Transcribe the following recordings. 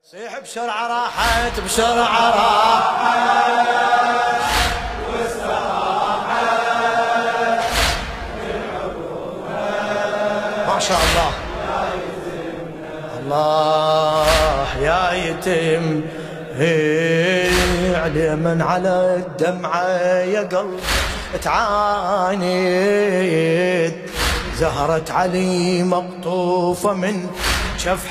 صيح بسرعة راحت بسرعة راحت واستراحت ما شاء الله. الله يا يتم علي من على الدمعة يا قلب تعاند، زهرة علي مقطوفة من شف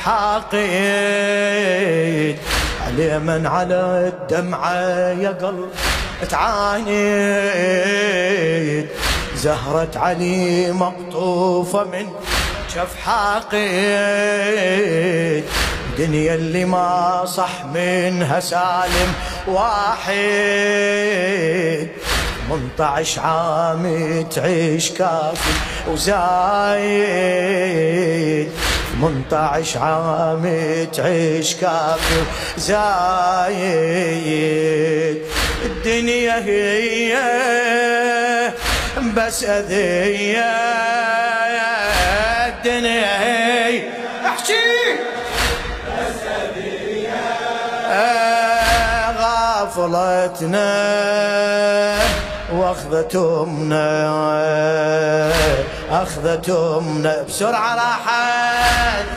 حاقد، علي من على الدمعة يا قلب تعاند، زهرة علي مقطوفة من شف حاقد، دنيا اللي ما صح منها سالم واحد، 18 عام تعيش كافي وزايد، 18 عام تعيش كافي وزايد، الدنيا هي بس أذية، الدنيا هي احكي بس أذية، غافلتنا واخذت امنا اخذت امنا بسرعه راحت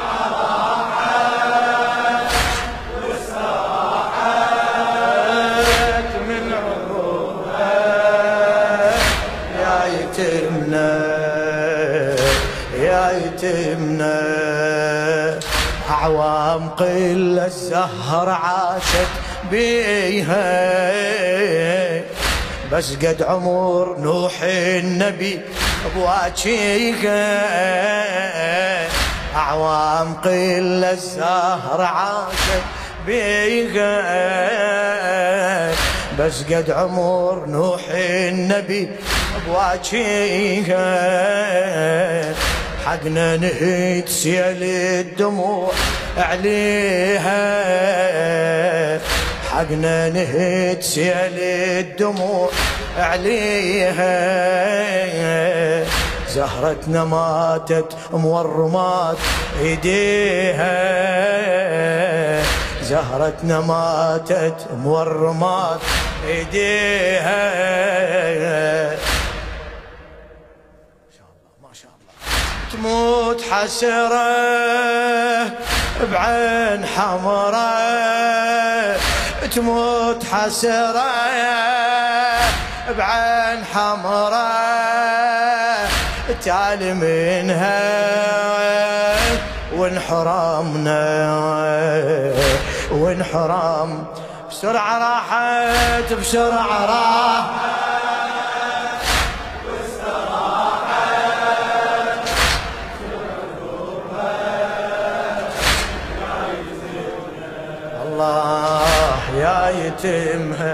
واستراحت من عروقها يا يتمنا يا يتمنا، اعوام قله الزهر عاشت بيها، بس قد عمر نوح النبي بواجهها، أعوام قلة الزهر عاشت بيها، بس قد عمر نوح النبي بواجهها، حقنا نهيت سيل الدموع عليها، حقنا نهيت سيل الدموع عليها، زهرتنا ماتت مورمات ايديها، زهرتنا ماتت مورمات ايديها، ما شاء الله ما شاء الله، تموت حسرة بعين حمرة، تموت حسرة بعين حمرة، تالي منها وانحرمنا وانحرم، بسرعة راحت بسرعة راحت يا يتمها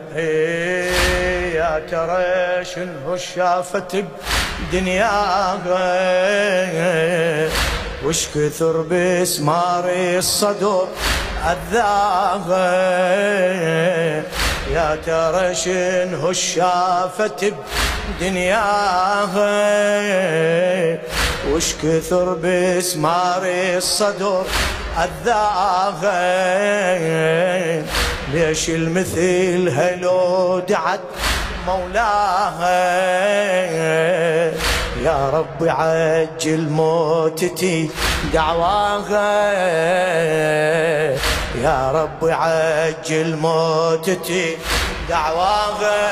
يا ترى شنو شافت بدنياها، وش كثر بسمار الصدور أذاها، يا ترى شنو شافت بدنياها، وش كثر بسمار الصدور أذاها، ليش المثل هلو دعت مولاها، يا رب عجل موتتي دعواها، يا رب عجل موتتي دعواها،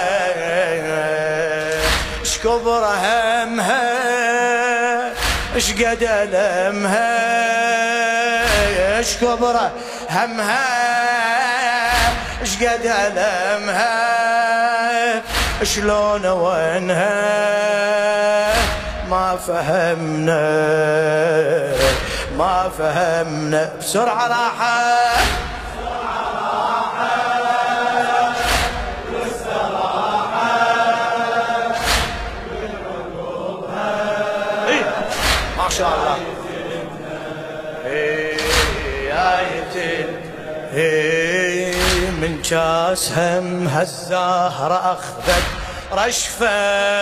اش كبر همها اش قد ألمها، اش كبر همها اش قد ألمها، شلون وينها ما فهمنا ما فهمنا، بسرعة راحت واستراحت من عروقها ما شاء الله، يا يتم من جاس همها الزهرة أخذت رشفة،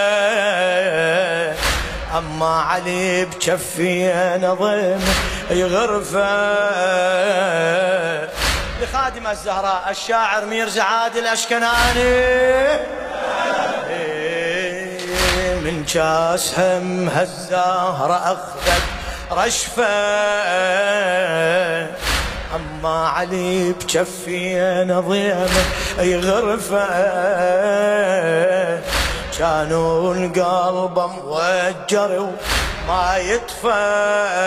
أما علي بجفي نظم يغرفه خادم الزهراء الشاعر ميرزا عادل الأشكناني. من كاسها الزهرة أخذت رشفة، أما علي بجفي نظيمة يغرفة، كانوا القلب موجر وما يطفى،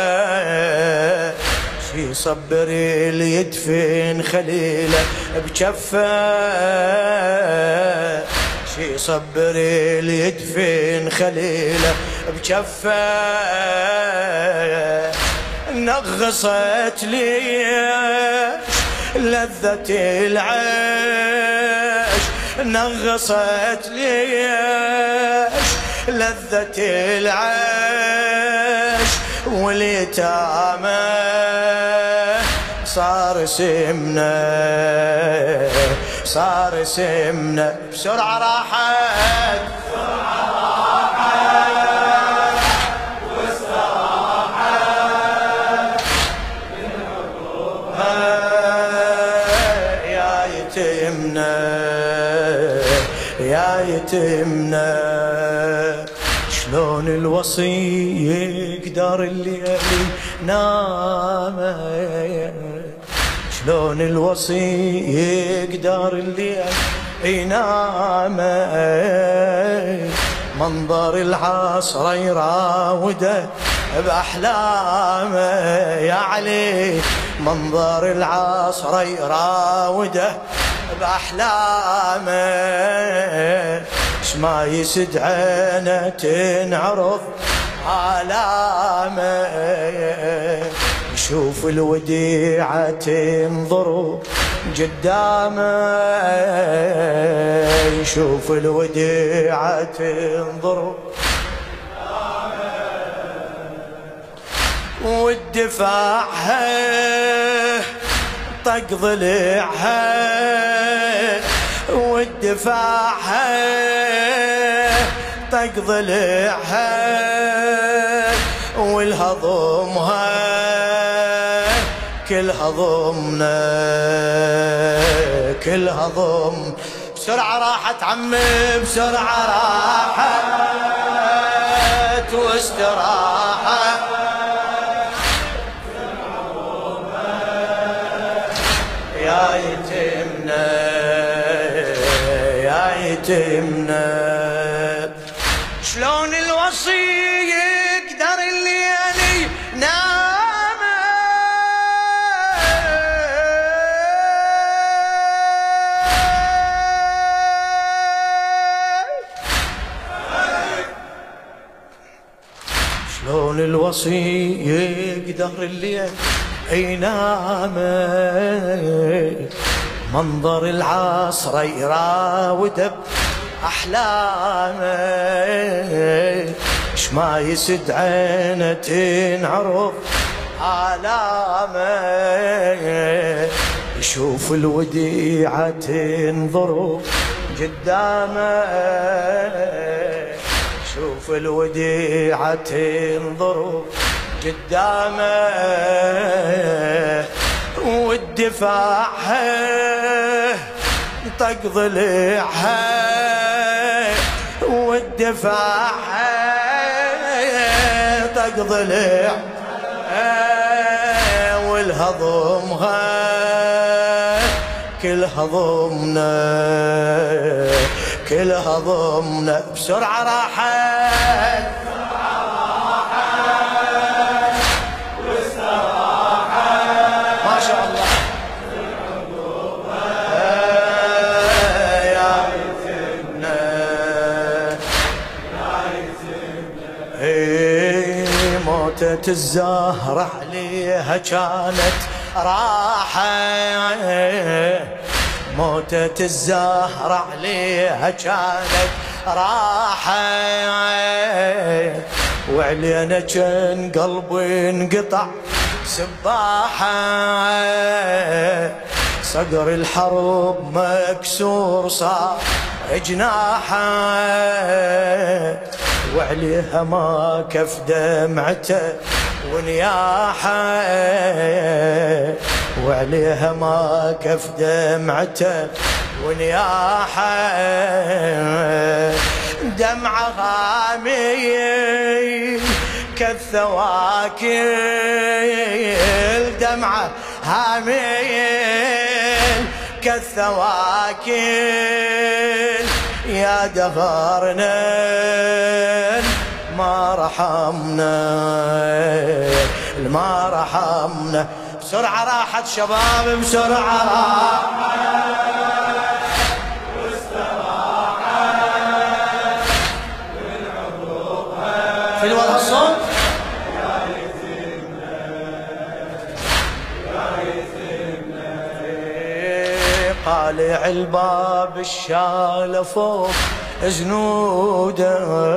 شي صبر اللي يدفن خليله بجفه، شي صبر اللي يدفن خليله بجفه، نغصت ليش لذة العيش، نغصت ليش لذة العيش، واليتامى صار سمنه، صار سمنه، بسرعة راحت، بسرعة راحت واستراحت من عقوبها يا يتمنا، يا يتمنا. شلون الوصي يقدر الليل نام، شلون الوصي يقدر الليل ينام، منظر العصر يراوده بأحلامه يا علي، منظر العصر يراوده بأحلامه، ما يسد عينه تنعرض آلامه، يشوف الوديعة تنظر قدامه، يشوف الوديعة تنظر والدفاعها طق ضلعها، والدفاعها طق ضلعها، والهضمها كلها ضمنا، كلها ضم. بسرعة راحت عمي، بسرعة راحت واستراحت يا يتمنا، يا يتمنا. شلون الوصي يقدر الليل نام، شلون الوصي يقدر الليل ينام، منظر العصر يراود بأحلامه، ما يسد عينه تنعرض آلامه، يشوف الوديعة تنظر قدامه، يشوف الوديعة تنظر قدامه، والدفاعها طق ضلعها، والدفاعها طق ضلعها، والهضمها كلها ضمنا، كلها ضمنا. بسرعة راحت، ما شاء الله يا يتمنا، يا يتمنا. موتة الزهرة عليها كانت راحة، موتة الزهرة عليها كانت راحة، وعلينا كان قلبي انقطع سباحة، صقر الحرب مكسور صار جناحه، وعليها ما كف دمعته ونياحه، وعليها ما كف دمعته ونياحه، دمعة غامية كالثواكل، دمعة هامية كالثواكل، يا دهرنا ما رحمنا ما رحمنا. بسرعة راحت شباب، بسرعة راحت واستراحت من عقوبها في الوضع الصوت. قالع الباب الشال فوق زنوده،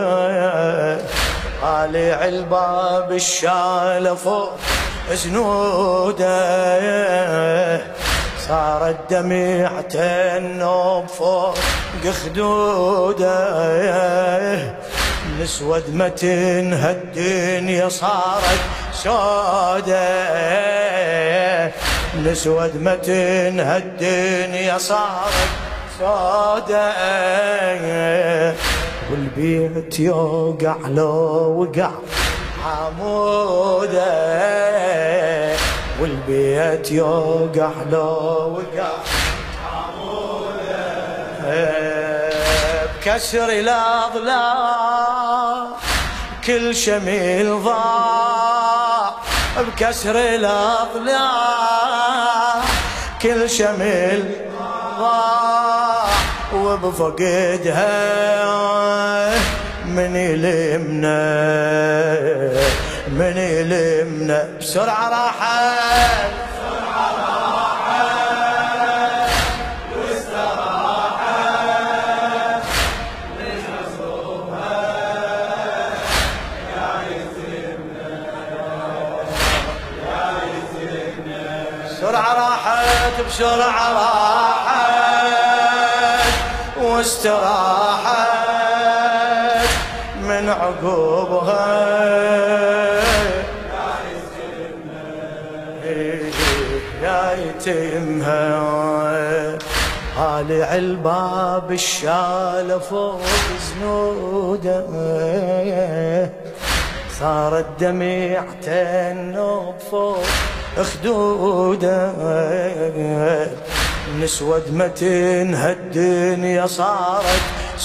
قالع الباب الشال فوق زنوده، صارت دمعته النوب فوق خدوده، نسود متن هالدنيا صارت سوده، نسود متن هالدنيا صارت سوده، والبيت يوقع لو وقع عموده، والبيت يوقع لو وقع عموده، بكسر الأضلاع كل شميل ضاع، بكسر الأضلاع كل شميل ضاع، وبفقدها من يلمنا من يلمنا. بسرعة راحت بسرعة راحت واستراحت من حصولها، يا يتمنا يا يتمنا. بسرعة راحت بسرعة راحت واستراحت من عقوبها، يا يتمها. طالع الباب الشال فوق زنوده، صارت دمعته النوب فوق خدوده، نسود متن هالدنيا صارت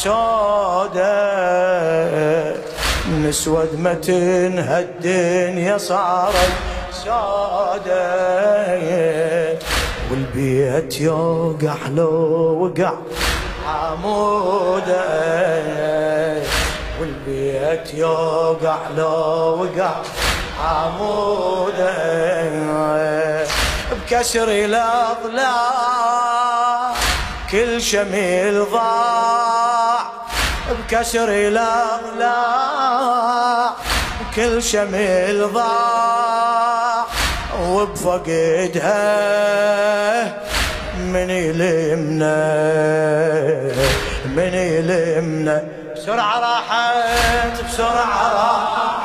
سوده، نسود متن هالدنيا صارت سوده، والبيت يوقع لو وقع عموده، والبيت يوقع لو وقع عموده، بكسر الأضلاع كل شميل ضاع، بكسر الأضلاع كل شميل ضاع، وبفقدها من يلمنا من يلمنا. بسرعة راحت بسرعة راحت